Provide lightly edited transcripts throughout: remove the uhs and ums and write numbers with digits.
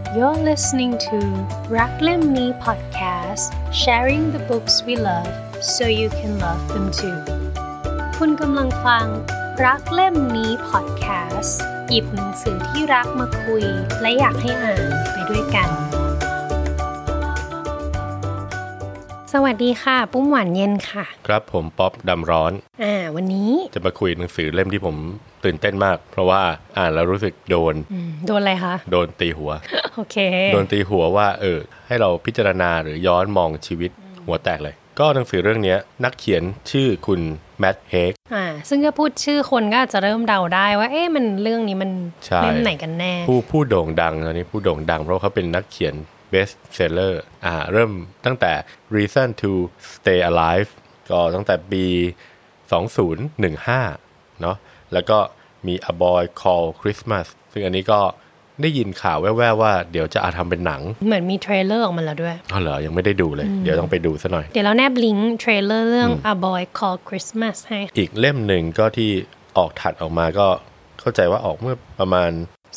You're listening to รักเล่มนี้ podcast sharing the books we love so you can love them too คุณกำลังฟังรักเล่มนี้ podcast หยิบหนังสือที่รักมาคุยและอยากให้อ่านไปด้วยกันสวัสดีค่ะปุ้มหวานเย็นค่ะครับผมป๊อบดำร้อนวันนี้จะมาคุยหนังสือเล่มที่ผมตื่นเต้นมากเพราะว่าอ่านแล้วรู้สึกโดนอะไรคะโดนตีหัวโอเคโดนตีหัวว่าให้เราพิจารณาหรือย้อนมองชีวิตหัวแตกเลยก็หนังสือเรื่องนี้นักเขียนชื่อคุณแมทเฮกซึ่งถ้าพูดชื่อคนก็อาจจะเริ่มเดาได้ว่ามันเรื่องนี้มันเล่มไหนกันแน่ผู้โด่งดังตอนนี้ผู้โด่งดังเพราะเขาเป็นนักเขียนbest seller เริ่มตั้งแต่ Reason to Stay Alive ก็ตั้งแต่ปี 2015 เนาะแล้วก็มี A Boy Called Christmas ซึ่งอันนี้ก็ได้ยินข่าวแว่วๆว่าเดี๋ยวจะทำเป็นหนังเหมือนมีเทรลเลอร์ออกมาแล้วด้วยเหรอยังไม่ได้ดูเลยเดี๋ยวต้องไปดูซะหน่อยเดี๋ยวเราแนบลิงก์เทรลเลอร์เรื่อง A Boy Called Christmas ให้อีกเล่มหนึ่งก็ที่ออกถัดออกมาก็เข้าใจว่าออกเมื่อประมาณ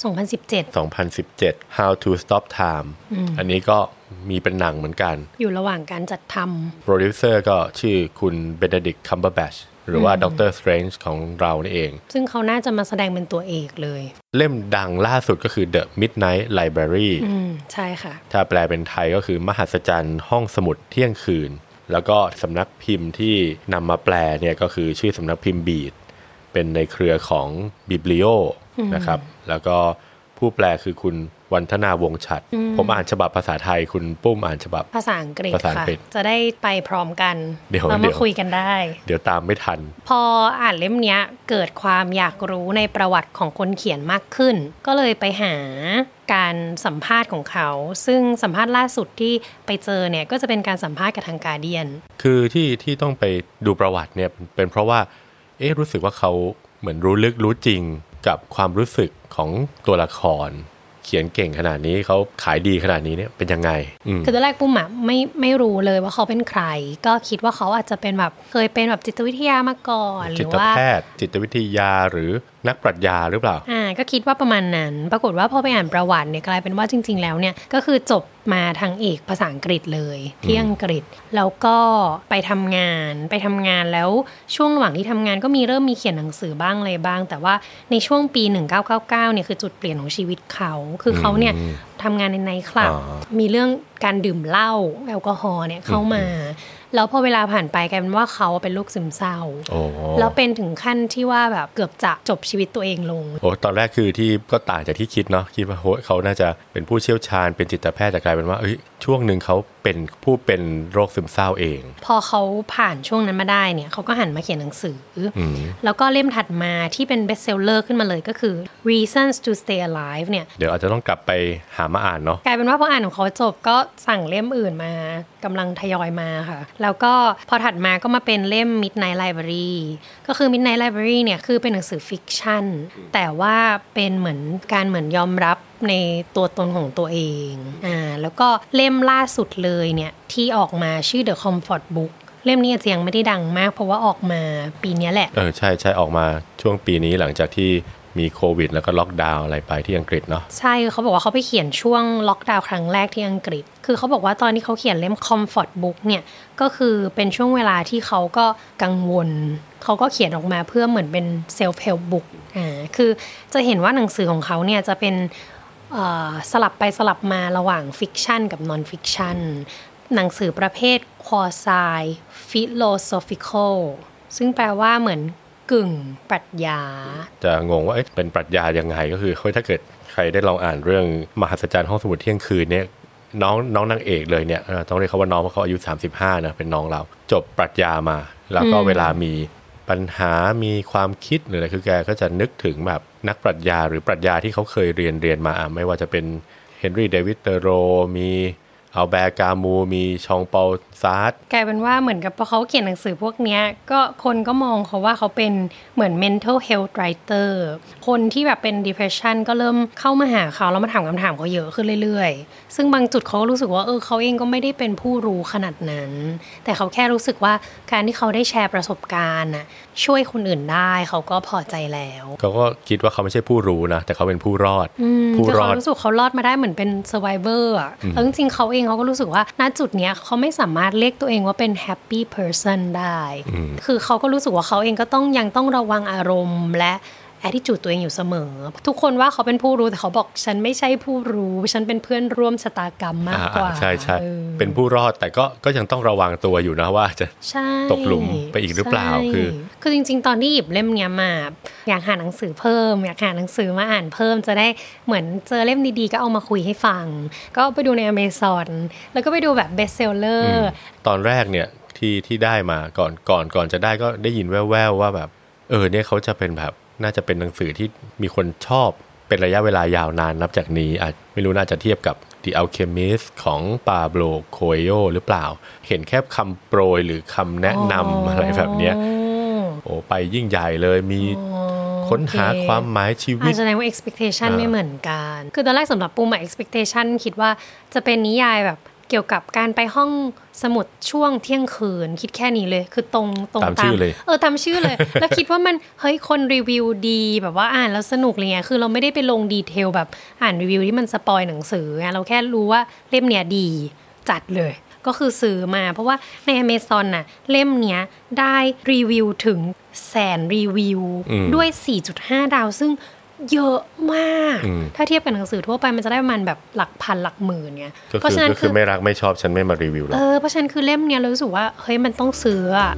2017 How to Stop Time อันนี้ก็มีเป็นหนังเหมือนกันอยู่ระหว่างการจัดทำโปรดิวเซอร์ก็ชื่อคุณเบเนดิกต์คัมเบอร์แบชหรือว่าด็อกเตอร์สเตรนจ์ของเรานี่เองซึ่งเขาน่าจะมาแสดงเป็นตัวเอกเลยเล่มดังล่าสุดก็คือ The Midnight Library ใช่ค่ะถ้าแปลเป็นไทยก็คือมหัศจรรย์ห้องสมุดเที่ยงคืนแล้วก็สำนักพิมพ์ที่นำมาแปลเนี่ยก็คือชื่อสำนักพิมพ์บีดเป็นในเครือของ Biblio นะครับแล้วก็ผู้แปลคือคุณวันธนาวงศ์ฉัตรผมอ่านฉบับภาษาไทยคุณปุ้มอ่านฉบับภาษาอังกฤษค่ะจะได้ไปพร้อมกันเรามาคุยกันได้เดี๋ยวตามไม่ทันพออ่านเล่มนี้เกิดความอยากรู้ในประวัติของคนเขียนมากขึ้นก็เลยไปหาการสัมภาษณ์ของเขาซึ่งสัมภาษณ์ล่าสุดที่ไปเจอเนี่ยก็จะเป็นการสัมภาษณ์กับทาง Guardian คือที่ต้องไปดูประวัติเนี่ยเป็นเพราะว่ารู้สึกว่าเขาเหมือนรู้ลึกรู้จริงกับความรู้สึกของตัวละครเขียนเก่งขนาดนี้เขาขายดีขนาดนี้เนี่ยเป็นยังไงคือตอนแรกปุ้มไม่รู้เลยว่าเขาเป็นใครก็คิดว่าเขาอาจจะเป็นแบบเคยเป็นแบบจิตวิทยามาก่อนหรือว่าจิตแพทย์จิตวิทยาหรือนักปรัชญาหรือเปล่าก็คิดว่าประมาณนั้นปรากฏว่าพอไปอ่านประวัติเนี่ยกลายเป็นว่าจริงๆแล้วเนี่ยก็คือจบมาทางเอกภาษาอังกฤษเลยที่อังกฤษแล้วก็ไปทำงานแล้วช่วงระหว่างที่ทำงานก็เริ่มมีเขียนหนังสือบ้างอะไรบ้างแต่ว่าในช่วงปี1999เนี่ยคือจุดเปลี่ยนของชีวิตเขาคือเขาเนี่ยทำงานในไนท์คลับมีเรื่องการดื่มเหล้าแอลกอฮอล์เนี่ยเข้ามาแล้วพอเวลาผ่านไปกลายเป็นว่าเขาเป็นโรคซึมเศร้าแล้วเป็นถึงขั้นที่ว่าแบบเกือบจะจบชีวิตตัวเองลงตอนแรกคือที่ก็ต่างจากที่คิดเนาะคิดว่าเขาน่าจะเป็นผู้เชี่ยวชาญเป็นจิตแพทย์แต่กลายเป็นว่าช่วงนึงเขาเป็นผู้เป็นโรคซึมเศร้าเองพอเขาผ่านช่วงนั้นมาได้เนี่ยเขาก็หันมาเขียนหนังสือแล้วก็เล่มถัดมาที่เป็นเบสเซลเลอร์ขึ้นมาเลยก็คือ Reasons to Stay Alive เนี่ยเดี๋ยวอาจจะต้องกลับไปหามาอ่านเนาะกลายเป็นว่าพออ่านของเขาจบก็สั่งเล่มอื่นมากำลังทยอยมาค่ะแล้วก็พอถัดมาก็มาเป็นเล่ม Midnight Library ก็คือ Midnight Library เนี่ยคือเป็นหนังสือฟิกชันแต่ว่าเป็นเหมือนยอมรับในตัวตนของตัวเองแล้วก็เล่มล่าสุดเลยเนี่ยที่ออกมาชื่อ The Comfort Book เล่มนี้อาจจะยังไม่ได้ดังมากเพราะว่าออกมาปีนี้แหละใช่ออกมาช่วงปีนี้หลังจากที่มีโควิดแล้วก็ล็อกดาวน์อะไรไปที่อังกฤษเนาะใช่เขาบอกว่าเขาไปเขียนช่วงล็อกดาวน์ครั้งแรกที่อังกฤษคือเขาบอกว่าตอนที่เขาเขียนเล่ม Comfort Book เนี่ยก็คือเป็นช่วงเวลาที่เขาก็กังวลเขาก็เขียนออกมาเพื่อเหมือนเป็น self help book คือจะเห็นว่าหนังสือของเขาเนี่ยจะเป็นสลับไปสลับมาระหว่างฟิกชันกับนอนฟิกชันหนังสือประเภท quasi philosophical ซึ่งแปลว่าเหมือนกึ่งปรัชญาจะงงว่าเป็นปรัชญายังไงก็คือถ้าเกิดใครได้ลองอ่านเรื่องมหัศจรรย์ห้องสมุดเที่ยงคืนเนี่ยน้องนางเอกเลยเนี่ยต้องเรียกเขาว่าน้องเพราะเขาอายุ35นะเป็นน้องเราจบปรัชญามาแล้วก็เวลามีปัญหามีความคิดหรืออะไรคือแกก็จะนึกถึงแบบนักปรัชญาหรือปรัชญาที่เขาเคยเรียนมาไม่ว่าจะเป็นเฮนรี่เดวิด โธโรมีอัลแบร์กามูมีชองปอลซาร์ตกลายเป็นว่าเหมือนกับพอเขาเขียนหนังสือพวกเนี้ยก็คนก็มองเขาว่าเขาเป็นเหมือน mental health writer คนที่แบบเป็น depression ก็เริ่มเข้ามาหาเขาแล้วมาถามคำถามเขาเยอะขึ้นเรื่อยๆซึ่งบางจุดเขาก็รู้สึกว่าเขาเองก็ไม่ได้เป็นผู้รู้ขนาดนั้นแต่เขาแค่รู้สึกว่าการที่เขาได้แชร์ประสบการณ์น่ะช่วยคนอื่นได้เขาก็พอใจแล้วเขาก็คิดว่าเขาไม่ใช่ผู้รู้นะแต่เขาเป็นผู้รอดผู้รอดเขารู้สึกเขารอดมาได้เหมือนเป็น survivor อ่ะแล้วจริงๆเขาเองเขาก็รู้สึกว่าณจุดเนี้ยเขาไม่สามารถเรียกตัวเองว่าเป็น happy person ได้คือเขาก็รู้สึกว่าเขาเองก็ยังต้องระวังอารมณ์และattitude ตัวเองอยู่เสมอทุกคนว่าเขาเป็นผู้รู้แต่เขาบอกฉันไม่ใช่ผู้รู้ฉันเป็นเพื่อนร่วมชะตากรรมมากกว่าใช่ๆเป็นผู้รอดแต่ก็ยังต้องระวังตัวอยู่นะว่าจะตกหลุมไปอีกหรือเปล่าคือจริงๆตอนที่หยิบเล่มเนี้ยมาอยากหาหนังสือเพิ่มอยากหาหนังสือมาอ่านเพิ่มจะได้เหมือนเจอเล่มดีๆก็เอามาคุยให้ฟังก็ไปดูใน Amazon แล้วก็ไปดูแบบ best seller ตอนแรกเนี่ยที่ได้มาก่อนจะได้ก็ได้ยินแว่วๆว่าแบบเนี่ยเขาจะเป็นแบบน่าจะเป็นหนังสือที่มีคนชอบเป็นระยะเวลายาวนานนับจากนี้อาจไม่รู้น่าจะเทียบกับ The Alchemist ของปาโบโล โคเอโยหรือเปล่าเห็นแค่คำโปรยหรือคำแนะนำอะไรแบบเนี้ยไปยิ่งใหญ่เลยมีค้นหาความหมายชีวิตแสดงว่า expectation ไม่เหมือนกันคือตอนแรกสำหรับปูมา expectation คิดว่าจะเป็นนิยายแบบเกี่ยวกับการไปห้องสมุดช่วงเที่ยงคืนคิดแค่นี้เลยคือตรงตามชื่อเลยตามชื่อเลย แล้วคิดว่ามันเฮ้ยคนรีวิวดีแบบว่าอ่านแล้วสนุกอะไรเงี้ยคือเราไม่ได้ไปลงดีเทลแบบอ่านรีวิวที่มันสปอยหนังสือไงเราแค่รู้ว่าเล่มเนี้ยดีจัดเลยก็คือซื้อมาเพราะว่าใน Amazon น่ะเล่มเนี้ยได้รีวิวถึง100,000รีวิวด้วย 4.5 ดาวซึ่งเยอะมากถ้าเทียบกับหนังสือทั่วไปมันจะได้ประมาณแบบหลักพันหลักหมื่นเนี่ยเพราะฉะนั้นคือไม่รักไม่ชอบฉันไม่มารีวิวหรอกเพราะฉะนั้นคือเล่มเนี้ยเรารู้สึกว่าเฮ้ยมันต้องซื้ออะ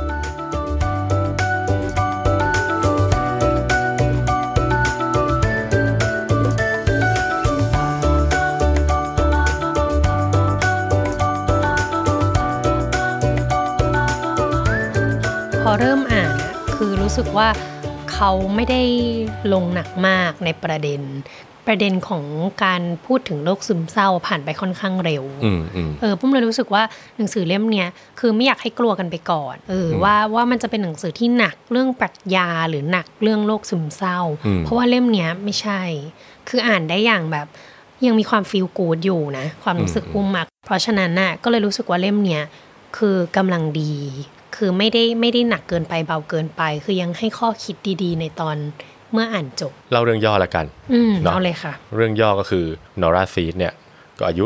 พอเริ่มอ่านคือรู้สึกว่าเขาไม่ได้ลงหนักมากในประเด็นของการพูดถึงโรคซึมเศร้าผ่านไปค่อนข้างเร็วปุ้มเลยรู้สึกว่าหนังสือเล่มเนี้ยคือไม่อยากให้กลัวกันไปก่อนว่ามันจะเป็นหนังสือที่หนักเรื่องปรัชญาหรือหนักเรื่องโรคซึมเศร้าเพราะว่าเล่มเนี้ยไม่ใช่คืออ่านได้อย่างแบบยังมีความฟีลกู๊ดอยู่นะความรู้สึกปุ้มมักเพราะฉะนั้นน่ะก็เลยรู้สึกว่าเล่มเนี้ยคือกำลังดีคือไม่ได้หนักเกินไปเบาเกินไปคือยังให้ข้อคิดดีๆในตอนเมื่ออ่านจบเล่าเรื่องย่อละกันเอาเลยค่ะเรื่องย่อก็คือนอร่าซีดเนี่ยก็อายุ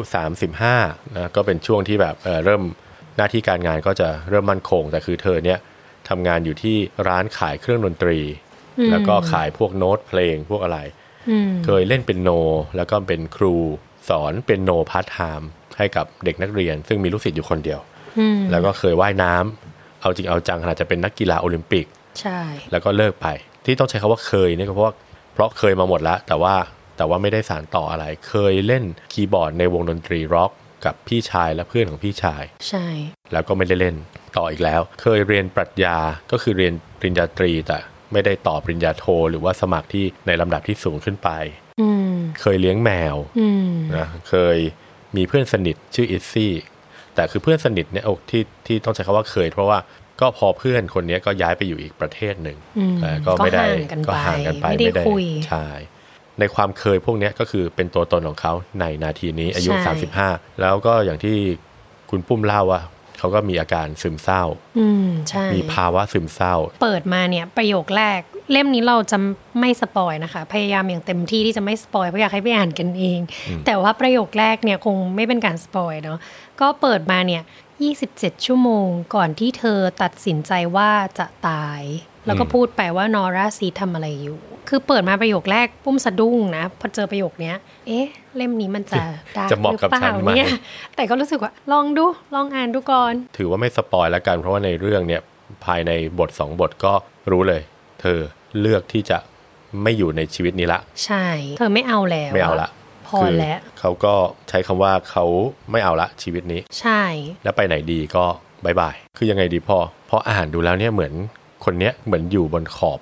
35นะก็เป็นช่วงที่แบบเริ่มหน้าที่การงานก็จะเริ่มมั่นคงแต่คือเธอเนี่ยทำงานอยู่ที่ร้านขายเครื่องดนตรีแล้วก็ขายพวกโน้ตเพลงพวกอะไรเคยเล่นเปียโนแล้วก็เป็นครูสอนเปียโนพาร์ทไทม์ให้กับเด็กนักเรียนซึ่งมีลูกศิษย์อยู่คนเดียวแล้วก็เคยว่ายน้ำเอาจริงเอาจังขนาดจะเป็นนักกีฬาโอลิมปิกใช่แล้วก็เลิกไปที่ต้องใช้คำว่าเคยเนี่ยก็เพราะเคยมาหมดแล้วแต่ว่าไม่ได้สานต่ออะไรเคยเล่นคีย์บอร์ดในวงดนตรีร็อกกับพี่ชายและเพื่อนของพี่ชายใช่แล้วก็ไม่ได้เล่นต่ออีกแล้วเคยเรียนปรัชญาก็คือเรียนปริญญาตรีแต่ไม่ได้ต่อปริญญาโทหรือว่าสมัครที่ในลำดับที่สูงขึ้นไปเคยเลี้ยงแมวนะเคยมีเพื่อนสนิทชื่ออิซซี่แต่คือเพื่อนสนิทเนี่ยที่ต้องใช้คำว่าเคยเพราะว่าก็พอเพื่อนคนนี้ก็ย้ายไปอยู่อีกประเทศหนึ่งก็ไม่ได้ก็ห่างกันไปไม่ได้ใช่ในความเคยพวกนี้ก็คือเป็นตัวตนของเขาในนาทีนี้อายุ35แล้วก็อย่างที่คุณปุ้มเล่าว่าเขาก็มีอาการซึมเศร้าใช่มีภาวะซึมเศร้าเปิดมาเนี่ยประโยคแรกเล่มนี้เราจะไม่สปอยนะคะพยายามอย่างเต็มที่ที่จะไม่สปอยเพราะอยากให้ไปอ่านกันเองแต่ว่าประโยคแรกเนี่ยคงไม่เป็นการสปอยเนาะก็เปิดมาเนี่ย27ชั่วโมงก่อนที่เธอตัดสินใจว่าจะตายแล้วก็พูดไปว่านอร่าซีทำอะไรอยู่คือเปิดมาประโยคแรกปุ้มสะดุ้งนะพอเจอประโยคเนี้ยเล่มนี้มันจะเหมาะกับฉันไหมแต่ก็รู้สึกว่าลองอ่านดูก่อนถือว่าไม่สปอยแล้วกันเพราะว่าในเรื่องเนี่ยภายในบท2บทก็รู้เลยเธอเลือกที่จะไม่อยู่ในชีวิตนี้ละใช่เธอไม่เอาแล้วไม่เอาละพอแล้วเขาก็ใช้คำว่าเขาไม่เอาละชีวิตนี้ใช่แล้วไปไหนดีก็บายบายคือยังไงดีพออ่านดูแล้วเนี่ยเหมือนคนเนี้ยเหมือนอยู่บนขอบ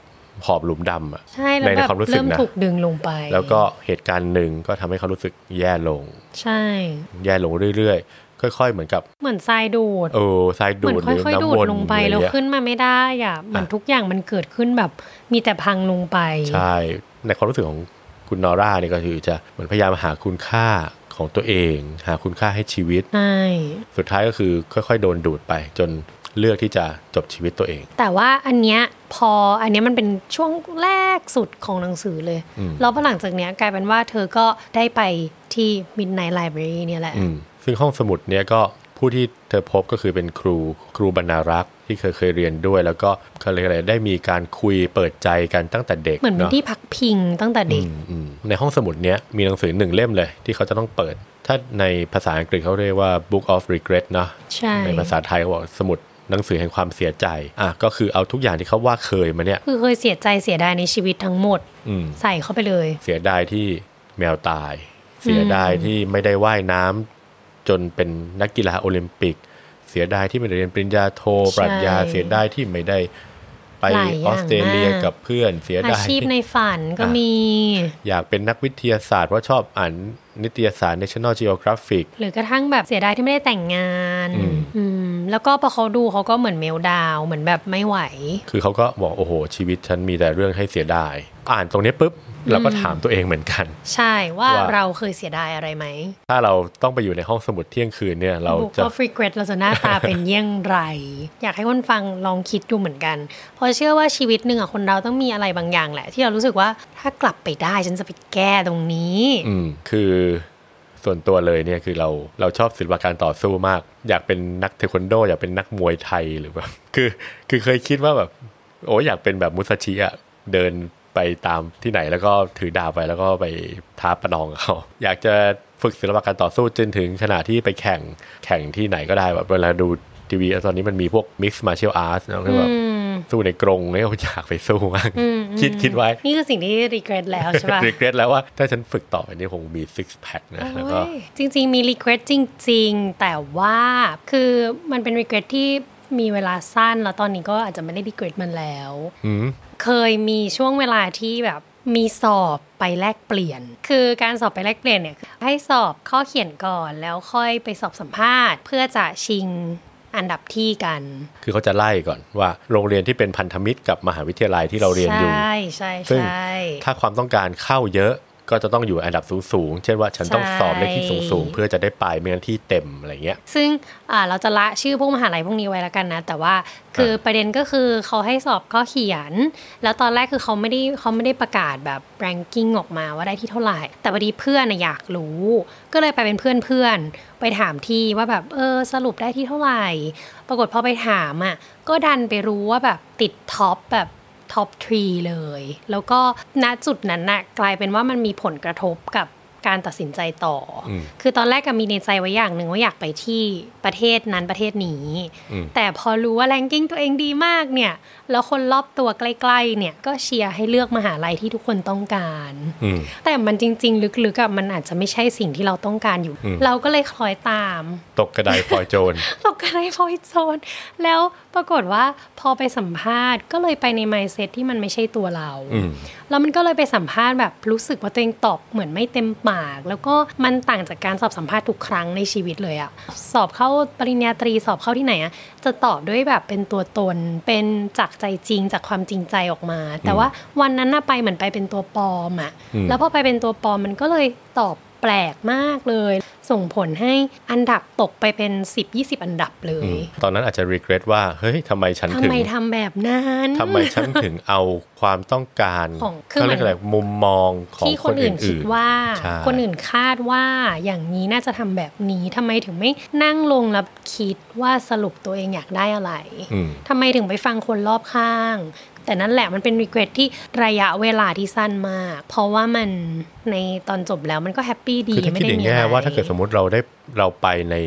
ขอบหลุมดำอ่ะใช่แล้วแบบเริ่มถูกดึงลงไปแล้วก็เหตุการณ์หนึ่งก็ทำให้เขารู้สึกแย่ลงใช่แย่ลงเรื่อยๆค่อยๆเหมือนกับเหมือนทรายดูดทรายดูดหรือน้ำวนลงไปแล้วขึ้นมาไม่ได้อ่ะเหมือนทุกอย่างมันเกิดขึ้นแบบมีแต่พังลงไปใช่ในความรู้สึกของคุณนอร่าเนี่ยก็คือจะเหมือนพยายามหาคุณค่าของตัวเองหาคุณค่าให้ชีวิตใช่สุดท้ายก็คือค่อยๆโดนดูดไปจนเลือกที่จะจบชีวิตตัวเองแต่ว่าอันเนี้ยมันเป็นช่วงแรกสุดของหนังสือเลยแล้วพอหลังจากเนี้ยกลายเป็นว่าเธอก็ได้ไปที่ Midnight Library เนี่ยแหละซึ่งห้องสมุดเนี้ยก็ผู้ที่เธอพบก็คือเป็นครูบรรณารักษ์ที่เคยเรียนด้วยแล้วก็เขาเรียกอะไรได้มีการคุยเปิดใจกันตั้งแต่เด็กเหมือนเป็นที่พักพิงตั้งแต่เด็กในห้องสมุดเนี้ยมีหนังสือ1เล่มเลยที่เขาจะต้องเปิดถ้าในภาษาอังกฤษเขาเรียกว่า Book of Regret เนาะในภาษาไทยเขาบอกสมุดหนังสือแห่งความเสียใจก็คือเอาทุกอย่างที่เขาว่าเคยมาเนี่ยคือเคยเสียใจเสียดายในชีวิตทั้งหมดใส่เข้าไปเลยเสียดายที่แมวตายเสียดายที่ไม่ได้ว่ายน้ำจนเป็นนักกีฬาโอลิมปิกเสียดายที่ไม่ได้เรียนปริญญาโทปรัชญาเสียดายที่ไม่ได้ไปออสเตรเลียกับเพื่อนเสียดายอาชีพในฝันก็มีอยากเป็นนักวิทยาศาสตร์เพราะชอบอ่านนิตยสาร National Geographic หรือกระทั่งแบบเสียดายที่ไม่ได้แต่งงานแล้วก็พอเขาดูเขาก็เหมือนเมลดาวเหมือนแบบไม่ไหวคือเขาก็บอกโอ้โหชีวิตฉันมีแต่เรื่องให้เสียดายอ่านตรงนี้ปุ๊บเราก็ถามตัวเองเหมือนกันใช่ว่าเราเคยเสียดายอะไรไหมถ้าเราต้องไปอยู่ในห้องสมุดเที่ยงคืนเนี่ยเราจะ Book of Regret เราจะหน้าตาเป็นเยี่ยงไรอยากให้คนฟังลองคิดดูเหมือนกันเพราะเชื่อว่าชีวิตหนึ่งอะคนเราต้องมีอะไรบางอย่างแหละที่เรารู้สึกว่าถ้ากลับไปได้ฉันจะไปแก้ตรงนี้คือส่วนตัวเลยเนี่ยคือเราชอบศิลปะการต่อสู้มากอยากเป็นนักเทควันโดอยากเป็นนักมวยไทยหรือแบบคือเคยคิดว่าแบบโอ้อยากเป็นแบบมุซาชิอะเดินไปตามที่ไหนแล้วก็ถือดาบไปแล้วก็ไปท้าประนองเขาอยากจะฝึกศิลปะการต่อสู้จนถึงขนาดที่ไปแข่งที่ไหนก็ได้แบบเวลาดูทีวีตอนนี้มันมีพวก Mixed Martial Arts นะที่แบบสู้ในกรงเนี่ยอยากไปสู้มากคิดไว้นี่คือสิ่งที่ regret แล้วใช่ป่ะ regret แล้วว่าถ้าฉันฝึกต่อไปนี่คงมี six pack นะแล้วก็จริงๆมี regret จริงๆแต่ว่าคือมันเป็น regret ที่มีเวลาสั้นแล้วตอนนี้ก็อาจจะไม่ได้ regret มันแล้วเคยมีช่วงเวลาที่แบบมีสอบไปแลกเปลี่ยนคือการสอบไปแลกเปลี่ยนเนี่ยให้สอบข้อเขียนก่อนแล้วค่อยไปสอบสัมภาษณ์เพื่อจะชิงอันดับที่กันคือเขาจะไล่ก่อนว่าโรงเรียนที่เป็นพันธมิตรกับมหาวิทยาลัยที่เราเรียนอยู่ใช่ใช่ซึ่งถ้าความต้องการเข้าเยอะก็จะต้องอยู่อันดับสูงๆเช่นว่าฉันต้องสอบเลขที่สูงๆเพื่อจะได้ไปไม่งั้นที่เต็มอะไรเงี้ยซึ่งเราจะละชื่อพวกมหาลัยพวกนี้ไว้แล้วกันนะแต่ว่าคือประเด็นก็คือเขาให้สอบข้อเขียนแล้วตอนแรกคือเขาไม่ได้ประกาศแบบ ranking ออกมาว่าได้ที่เท่าไหร่แต่พอดีเพื่อนอยากรู้ก็เลยไปเป็นเพื่อนไปถามที่ว่าแบบสรุปได้ที่เท่าไหร่ปรากฏพอไปถามก็ดันไปรู้ว่าแบบติดท็อปแบบท็อป 3 เลยแล้วก็ณจุดนั้นน่ะกลายเป็นว่ามันมีผลกระทบกับการตัดสินใจต่อคือตอนแรกก็มีในใจไว้อย่างหนึ่งว่าอยากไปที่ประเทศนั้นประเทศนี้แต่พอรู้ว่าแรงกิ้งตัวเองดีมากเนี่ยแล้วคนรอบตัวใกล้ๆเนี่ยก็เชียร์ให้เลือกมหาลัยที่ทุกคนต้องการแต่มันจริงๆลึกๆมันอาจจะไม่ใช่สิ่งที่เราต้องการอยู่เราก็เลยคล้อยตามตกกระไดพลอยโจรตกกระไดพลอยโจรแล้วปรากฏว่าพอไปสัมภาษณ์ก็เลยไปใน mindset ที่มันไม่ใช่ตัวเราแล้วมันก็เลยไปสัมภาษณ์แบบรู้สึกว่าตัวเองตอบเหมือนไม่เต็มปากแล้วก็มันต่างจากการสอบสัมภาษณ์ทุกครั้งในชีวิตเลยอะสอบเข้าปริญญาตรีสอบเข้าที่ไหนอะจะตอบด้วยแบบเป็นตัวตนเป็นจากใจจริงจากความจริงใจออกมาแต่ว่าวันนั้นน่ะไปเหมือนไปเป็นตัวปลอมอะแล้วพอไปเป็นตัวปลอมมันก็เลยตอบแปลกมากเลยส่งผลให้อันดับตกไปเป็น 10-20 อันดับเลยตอนนั้นอาจจะ regret ว่าเฮ้ยทำไมฉันถึงทำแบบนั้นทำไมฉันถึงเอาความต้องการเขาเรียกอะไรมุมมองของที่คนอื่นคิดว่าคนอื่นคาดว่าอย่างนี้น่าจะทำแบบนี้ทำไมถึงไม่นั่งลงแล้วคิดว่าสรุปตัวเองอยากได้อะไรทำไมถึงไปฟังคนรอบข้างแต่นั่นแหละมันเป็น regret ที่ระยะเวลาที่สั้นมากเพราะว่ามันในตอนจบแล้วมันก็แฮปปี้ดีไม่ได้มีอะไรว่าถ้าเกิดสมมติเราไปในท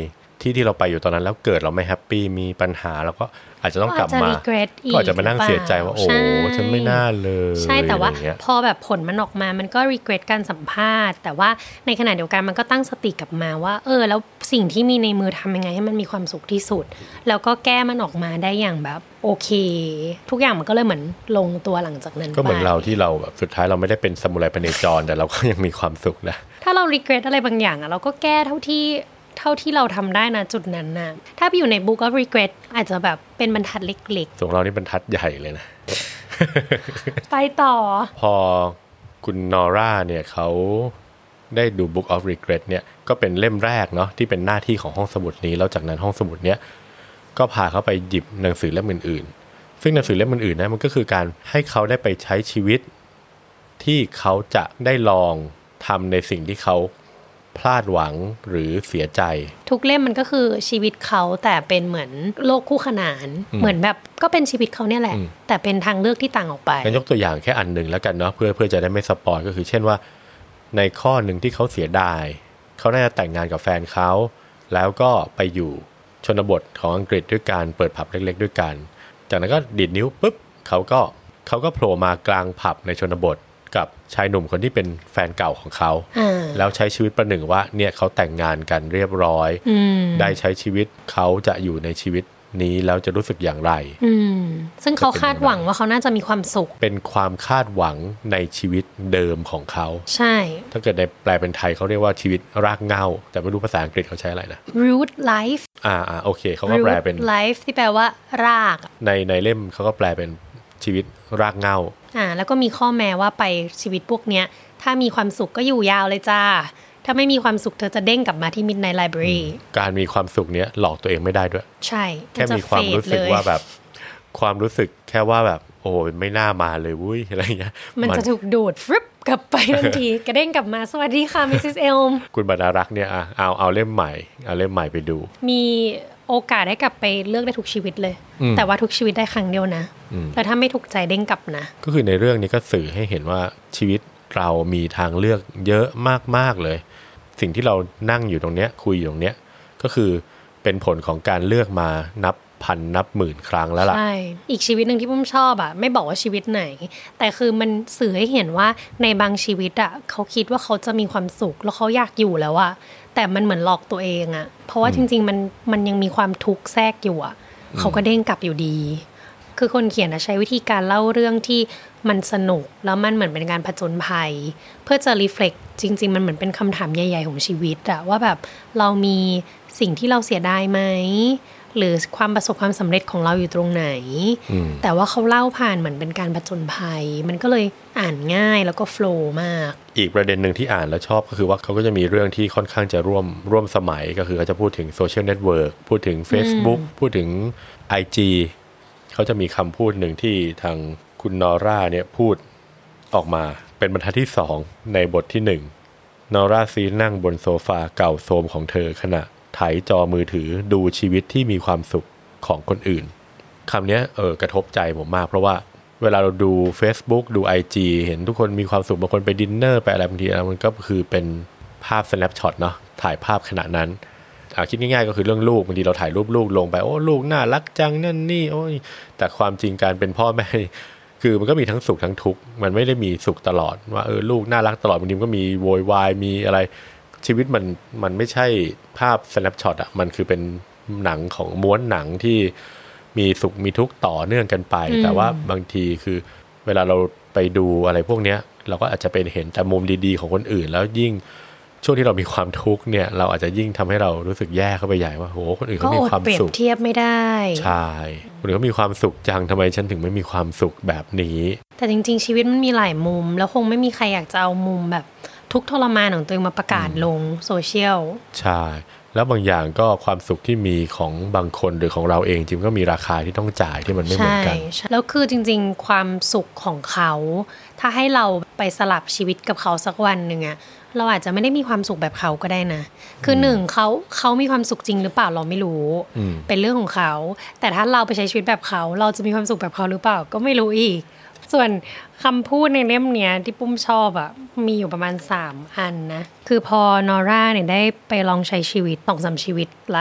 ที่เราไปอยู่ตอนนั้นแล้วเกิดเราไม่แฮปปี้มีปัญหาแล้วก็อาจจะต้องกลับมาก็อาจจะมานั่งเสียใจว่าโอ้ฉันไม่น่าเลยใช่แต่ว่าพอแบบผลมันออกมามันก็ regret การสัมภาษณ์แต่ว่าในขณะเดียวกันมันก็ตั้งสติกลับมาว่าแล้วสิ่งที่มีในมือทำยังไงให้มันมีความสุขที่สุดแล้วก็แก้มันออกมาได้อย่างแบบโอเคทุกอย่างมันก็เลยเหมือนลงตัวหลังจากนั้นก็เหมือนเราที่เราแบบสุดท้ายเราไม่ได้เป็นซามูไรพเนจรแต่เราก็ยังมีความสุขนะถ้าเรา regret อะไรบางอย่างเราก็แก้เท่าที่เราทำได้นะจุดนั้นนะถ้าไปอยู่ใน Book of Regret อาจจะแบบเป็นบรรทัดเล็กๆส่วนเรานี่บรรทัดใหญ่เลยนะไปต่อพอคุณนอร่าเนี่ยเขาได้ดู Book of Regret เนี่ยก็เป็นเล่มแรกเนาะที่เป็นหน้าที่ของห้องสมุดนี้แล้วจากนั้นห้องสมุดเนี้ยก็พาเขาไปหยิบหนังสือเล่มอื่นๆซึ่งหนังสือเล่มอื่นๆนะมันก็คือการให้เขาได้ไปใช้ชีวิตที่เขาจะได้ลองทำในสิ่งที่เขาพลาดหวังหรือเสียใจทุกเล่มมันก็คือชีวิตเขาแต่เป็นเหมือนโลกคู่ขนานเหมือนแบบก็เป็นชีวิตเขาเนี่ยแหละแต่เป็นทางเลือกที่ต่างออกไปงั้นยกตัวอย่างแค่อันนึงแล้วกันเนาะเพื่อจะได้ไม่สปอยก็คือเช่นว่าในข้อหนึ่งที่เขาเสียดายเขาน่าจะแต่งงานกับแฟนเขาแล้วก็ไปอยู่ชนบทของอังกฤษด้วยการเปิดผับเล็กๆด้วยกันจากนั้นก็ดีดนิ้วปุ๊บเขาก็โผล่มากลางผับในชนบทกับชายหนุ่มคนที่เป็นแฟนเก่าของเขาแล้วใช้ชีวิตประหนึ่งว่าเนี่ยเขาแต่งงานกันเรียบร้อยได้ใช้ชีวิตเขาจะอยู่ในชีวิตนี้แล้วจะรู้สึกอย่างไรซึ่งเขาคาดหวังว่าเขาน่าจะมีความสุขเป็นความคาดหวังในชีวิตเดิมของเขาใช่ถ้าเกิดในแปลเป็นไทยเขาเรียกว่าชีวิตรากเหง้าแต่ไม่รู้ภาษาอังกฤษเขาใช้อะไรนะ root life โอเคเขาก็แปลเป็น root life ที่แปลว่ารากในเล่มเขาก็แปลเป็นชีวิตรากเหง้าแล้วก็มีข้อแม้ว่าไปชีวิตพวกเนี้ยถ้ามีความสุขก็อยู่ยาวเลยจ้าถ้าไม่มีความสุขเธอจะเด้งกลับมาที่ Midnight Library การมีความสุขเนี้ยหลอกตัวเองไม่ได้ด้วยใช่แค่มีความรู้สึกว่าแบบความรู้สึกแค่ว่าแบบโอ้ไม่น่ามาเลยวุ้ยอะไรเงี้ยมันจะถูกดูดฟรึบกลับไปทันที กระเด้งกลับมาสวัสดีค่ะ Mrs. Elm คุณบรรณารักษ์เนี่ยเอาเล่มใหม่ไปดูมีโอกาสได้กลับไปเลือกได้ทุกชีวิตเลยแต่ว่าทุกชีวิตได้ครั้งเดียวนะแล้วถ้าไม่ถูกใจเด้งกลับนะก็คือในเรื่องนี้ก็สื่อให้เห็นว่าชีวิตเรามีทางเลือกเยอะมากๆเลยสิ่งที่เรานั่งอยู่ตรงเนี้ยคุยอยู่ตรงเนี้ยก็คือเป็นผลของการเลือกมานับพันนับหมื่นครั้งแล้วล่ะใช่อีกชีวิตนึงที่ผมชอบไม่บอกว่าชีวิตไหนแต่คือมันสื่อให้เห็นว่าในบางชีวิตเขาคิดว่าเขาจะมีความสุขแล้วเขาอยากอยู่แล้วแต่มันเหมือนหลอกตัวเองเพราะว่าจริงๆมันยังมีความทุกข์แทรกอยู่เขาก็เด้งกลับอยู่ดีคือคนเขียนใช้วิธีการเล่าเรื่องที่มันสนุกแล้วมันเหมือนเป็นการผจญภัยเพื่อจะรีเฟล็กจริงๆมันเหมือนเป็นคำถามใหญ่ๆของชีวิตว่าแบบเรามีสิ่งที่เราเสียดายไหมหรือความประสบความสำเร็จของเราอยู่ตรงไหนแต่ว่าเขาเล่าผ่านเหมือนเป็นการผจญภัยมันก็เลยอ่านง่ายแล้วก็โฟลว์มากอีกประเด็นหนึ่งที่อ่านแล้วชอบก็คือว่าเขาก็จะมีเรื่องที่ค่อนข้างจะร่วมสมัยก็คือเขาจะพูดถึงโซเชียลเน็ตเวิร์กพูดถึง Facebook พูดถึง IG เขาจะมีคำพูดหนึ่งที่ทางคุณนอร่าเนี่ยพูดออกมาเป็นบรรทัดที่2ในบทที่1นอร่าซีนั่งบนโซฟาเก่าโทรมของเธอขณะไถจอมือถือดูชีวิตที่มีความสุขของคนอื่นคำนี้กระทบใจผมมากเพราะว่าเวลาเราดู Facebook ดู IG เห็นทุกคนมีความสุขบางคนไปดินเนอร์ไปอะไรบางทีมันก็คือเป็นภาพ snapshot เนาะถ่ายภาพขณะนั้นคิดง่ายๆก็คือเรื่องลูกบางทีเราถ่ายรูปลูกลงไปโอ้ลูกน่ารักจังนั่นนี่โอ้ยแต่ความจริงการเป็นพ่อแม่คือมันก็มีทั้งสุขทั้งทุกข์มันไม่ได้มีสุขตลอดว่าลูกน่ารักตลอดบางทีมันก็มีโวยวายมีอะไรชีวิตมันไม่ใช่ภาพ snapshot มันคือเป็นหนังของม้วนหนังที่มีสุขมีทุกข์ต่อเนื่องกันไปแต่ว่าบางทีคือเวลาเราไปดูอะไรพวกนี้เราก็อาจจะเป็นเห็นแต่มุมดีๆของคนอื่นแล้วยิ่งช่วงที่เรามีความทุกข์เนี่ยเราอาจจะยิ่งทำให้เรารู้สึกแย่เข้าไปใหญ่ว่าโหคนอื่นเขามีความสุขเทียบไม่ได้ใช่คนอื่นเขามีความสุขจังทำไมฉันถึงไม่มีความสุขแบบนี้แต่จริงๆชีวิตมันมีหลายมุมแล้วคงไม่มีใครอยากจะเอามุมแบบทุกทรมานของตัวเองมาประกาศลงโซเชียลใช่แล้วบางอย่างก็ความสุขที่มีของบางคนหรือของเราเองจริงก็มีราคาที่ต้องจ่ายที่มันไม่เหมือนกันใช่แล้วคือจริงๆความสุขของเขาถ้าให้เราไปสลับชีวิตกับเขาสักวันนึงเราอาจจะไม่ได้มีความสุขแบบเขาก็ได้นะคือหนึ่งเขามีความสุขจริงหรือเปล่าเราไม่รู้เป็นเรื่องของเขาแต่ถ้าเราไปใช้ชีวิตแบบเขาเราจะมีความสุขแบบเขาหรือเปล่าก็ไม่รู้อีกส่วนคำพูดในเล่มเนี้ยที่ปุ้มชอบมีอยู่ประมาณ3อันนะคือพอนอร่าเนี่ยได้ไปลองใช้ชีวิต 2-3 ชีวิตละ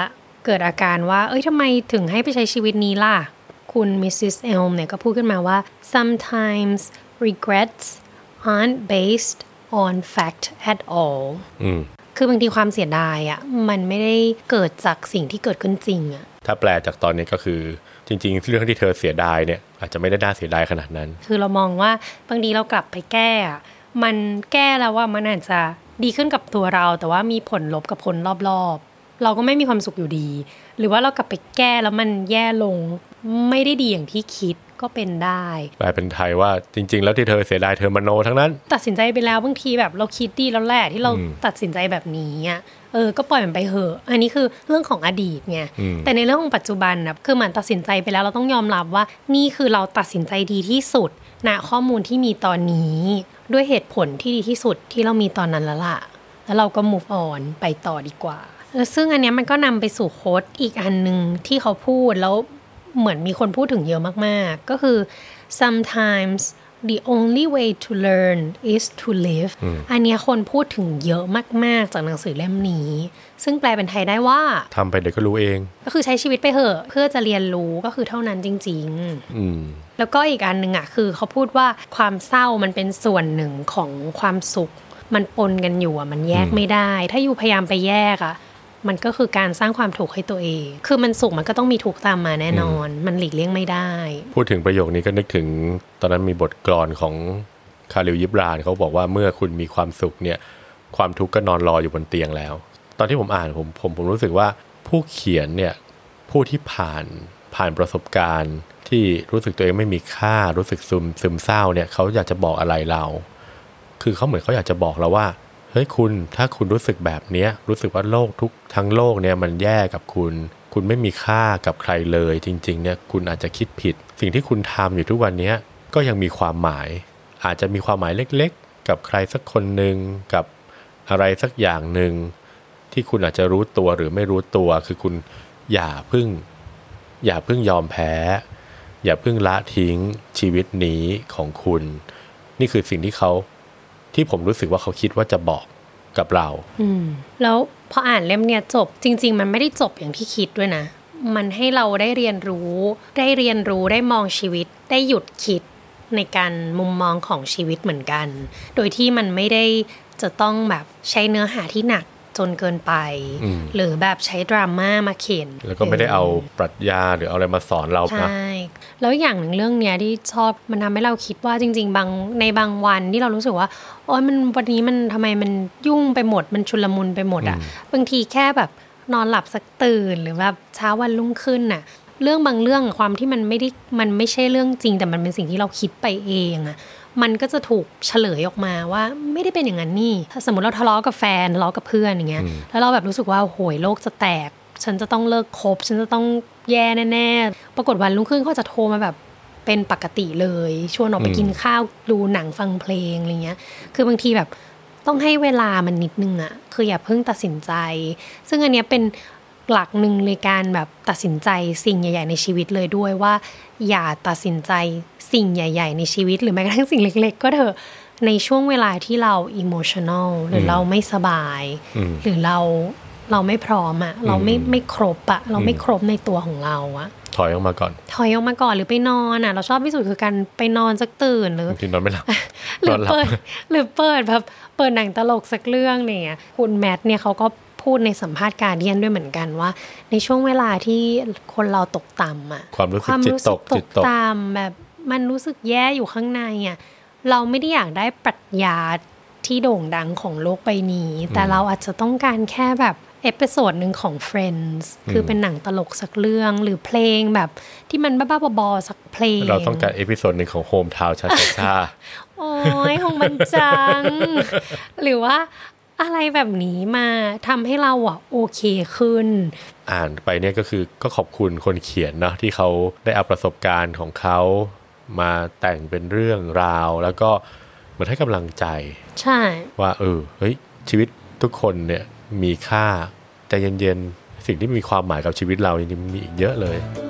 เกิดอาการว่าทำไมถึงให้ไปใช้ชีวิตนี้ล่ะคุณมิสซิสเอลม์เนี่ยก็พูดขึ้นมาว่า sometimes regrets aren't based on fact at all คือบางทีความเสียดายอ่ะมันไม่ได้เกิดจากสิ่งที่เกิดขึ้นจริงอ่ะถ้าแปลจากตอนนี้ก็คือจริงๆเรื่องที่เธอเสียดายเนี่ยอาจจะไม่ได้น่าเสียดายขนาดนั้นคือเรามองว่าบางทีเรากลับไปแก้มันแก้แล้วว่ามันอาจจะดีขึ้นกับตัวเราแต่ว่ามีผลลบกับคนรอบๆเราก็ไม่มีความสุขอยู่ดีหรือว่าเรากลับไปแก้แล้วมันแย่ลงไม่ได้ดีอย่างที่คิดก็เป็นได้แปลเป็นไทยว่าจริงๆแล้วที่เธอเสียดายเธอมโนทั้งนั้นตัดสินใจไปแล้วบางทีแบบเราคิดดีแล้วแหละที่เราตัดสินใจแบบนี้ก็ปล่อยมันไปเหอะอันนี้คือเรื่องของอดีตไงแต่ในเรื่องของปัจจุบันนะคือเหมือนตัดสินใจไปแล้วเราต้องยอมรับว่านี่คือเราตัดสินใจดีที่สุดณข้อมูลที่มีตอนนี้ด้วยเหตุผลที่ดีที่สุดที่เรามีตอนนั้นแล้วล่ะแล้วเราก็ move on ไปต่อดีกว่าซึ่งอันนี้มันก็นำไปสู่โค้ดอีกอันนึงที่เขาพูดแล้วเหมือนมีคนพูดถึงเยอะมากๆก็คือ sometimes the only way to learn is to live อันนี้คนพูดถึงเยอะมากๆจากหนังสือเล่มนี้ซึ่งแปลเป็นไทยได้ว่าทำไปเดี๋ยวก็รู้เองก็คือใช้ชีวิตไปเถอะเพื่อจะเรียนรู้ก็คือเท่านั้นจริงๆแล้วก็อีกอันนึงคือเขาพูดว่าความเศร้ามันเป็นส่วนหนึ่งของความสุขมันปนกันอยู่มันแยกไม่ได้ถ้าอยู่พยายามไปแยกมันก็คือการสร้างความทุกข์ให้ตัวเองคือมันสุขมันก็ต้องมีทุกข์ตามมาแน่นอนมันหลีกเลี่ยงไม่ได้พูดถึงประโยคนี้ก็นึกถึงตอนนั้นมีบทกลอนของคาลิลยิบรานเขาบอกว่าเมื่อคุณมีความสุขเนี่ยความทุกข์ก็นอนรออยู่บนเตียงแล้วตอนที่ผมอ่านผมรู้สึกว่าผู้เขียนเนี่ยผู้ที่ผ่านประสบการณ์ที่รู้สึกตัวเองไม่มีค่ารู้สึกซึมเศร้าเนี่ยเขาอยากจะบอกอะไรเราคือเขาเหมือนเขาอยากจะบอกเราว่าเฮ้ยคุณถ้าคุณรู้สึกแบบนี้รู้สึกว่าโลกทั้งโลกเนี่ยมันแย่กับคุณไม่มีค่ากับใครเลยจริงๆเนี่ยคุณอาจจะคิดผิดสิ่งที่คุณทำอยู่ทุกวันนี้ก็ยังมีความหมายอาจจะมีความหมายเล็กๆกับใครสักคนนึงกับอะไรสักอย่างนึงที่คุณอาจจะรู้ตัวหรือไม่รู้ตัวคือคุณอย่าเพิ่งยอมแพ้อย่าเพิ่งละทิ้งชีวิตนี้ของคุณนี่คือสิ่งที่ผมรู้สึกว่าเขาคิดว่าจะบอกกับเราแล้วพออ่านเล่มเนี้ยจบจริงๆมันไม่ได้จบอย่างที่คิดด้วยนะมันให้เราได้เรียนรู้ได้มองชีวิตได้หยุดคิดในการมุมมองของชีวิตเหมือนกันโดยที่มันไม่ได้จะต้องแบบใช้เนื้อหาที่หนักจนเกินไปหรือแบบใช้ดราม่ามาเขียนแล้วก็ไม่ได้เอาปรัชญาหรือเอาอะไรมาสอนเราใช่แล้วอย่างหนึ่งเรื่องเนี้ยที่ชอบมันทำให้เราคิดว่าจริงๆในบางวันที่เรารู้สึกว่าโอ๊ยมันวันนี้มันทำไมมันยุ่งไปหมดมันชุลมุนไปหมดบางทีแค่แบบนอนหลับสักตื่นหรือแบบเช้าวันรุ่งขึ้นเรื่องบางเรื่องความที่มันไม่ใช่เรื่องจริงแต่มันเป็นสิ่งที่เราคิดไปเองมันก็จะถูกเฉลยออกมาว่าไม่ได้เป็นอย่างนั้นนี่ถ้าสมมติเราทะเลาะกับแฟนทะเลาะกับเพื่อนอย่างเงี้ยแล้วเราแบบรู้สึกว่าโหยโลกจะแตกฉันจะต้องเลิกคบฉันจะต้องแย่แน่ๆปรากฏวันรุ่งขึ้นเขาจะโทรมาแบบเป็นปกติเลยชวนออกไปกินข้าวดูหนังฟังเพลงอะไรเงี้ยคือบางทีแบบต้องให้เวลามันนิดนึงคืออย่าเพิ่งตัดสินใจซึ่งอันเนี้ยเป็นหลักหนึ่งในการแบบตัดสินใจสิ่งใหญ่ๆในชีวิตเลยด้วยว่าอย่าตัดสินใจสิ่งใหญ่ๆในชีวิตหรือแม้กระทั่งสิ่งเล็กๆก็เถอะในช่วงเวลาที่เรา emotional หรือเราไม่สบายหรือเราไม่พร้อมเราไม่ครบเราไม่ครบในตัวของเราถอยออกมาก่อนหรือไปนอนเราชอบที่สุดคือการไปนอนสักตื่นหรือที่นอนไม่หลับหรือเปิดหนังตลกสักเรื่องเนี่ยคุณแมทเนี่ยเขาก็พูดในสัมภาษณ์การ์เดียนด้วยเหมือนกันว่าในช่วงเวลาที่คนเราตกต่ำความรู้สึกจิตตกต่ำแบบมันรู้สึกแย่อยู่ข้างในเราไม่ได้อยากได้ปรัชญาที่โด่งดังของโลกใบนี้แต่เราอาจจะต้องการแค่แบบเอพิโซดนึงของ Friends คือเป็นหนังตลกสักเรื่องหรือเพลงแบบที่มันบ้าๆบอๆสักเพลงเราต้องการเอพิโซดนึงของ Hometown ชาโอ้ยของมันจังหรือว่าอะไรแบบนี้มาทำให้เราโอเคขึ้นอ่านไปเนี่ยก็ขอบคุณคนเขียนเนาะที่เขาได้เอาประสบการณ์ของเขามาแต่งเป็นเรื่องราวแล้วก็เหมือนให้กำลังใจใช่ว่าเฮ้ยชีวิตทุกคนเนี่ยมีค่าใจเย็นๆสิ่งที่มีความหมายกับชีวิตเราจริงๆมีอีกเยอะเลย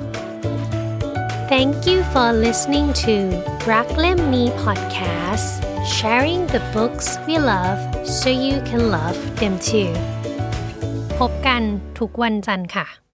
Thank you for listening to รักเล่มนี้ podcast sharing the books we love so you can love them too พบกันทุกวันจันทร์ค่ะ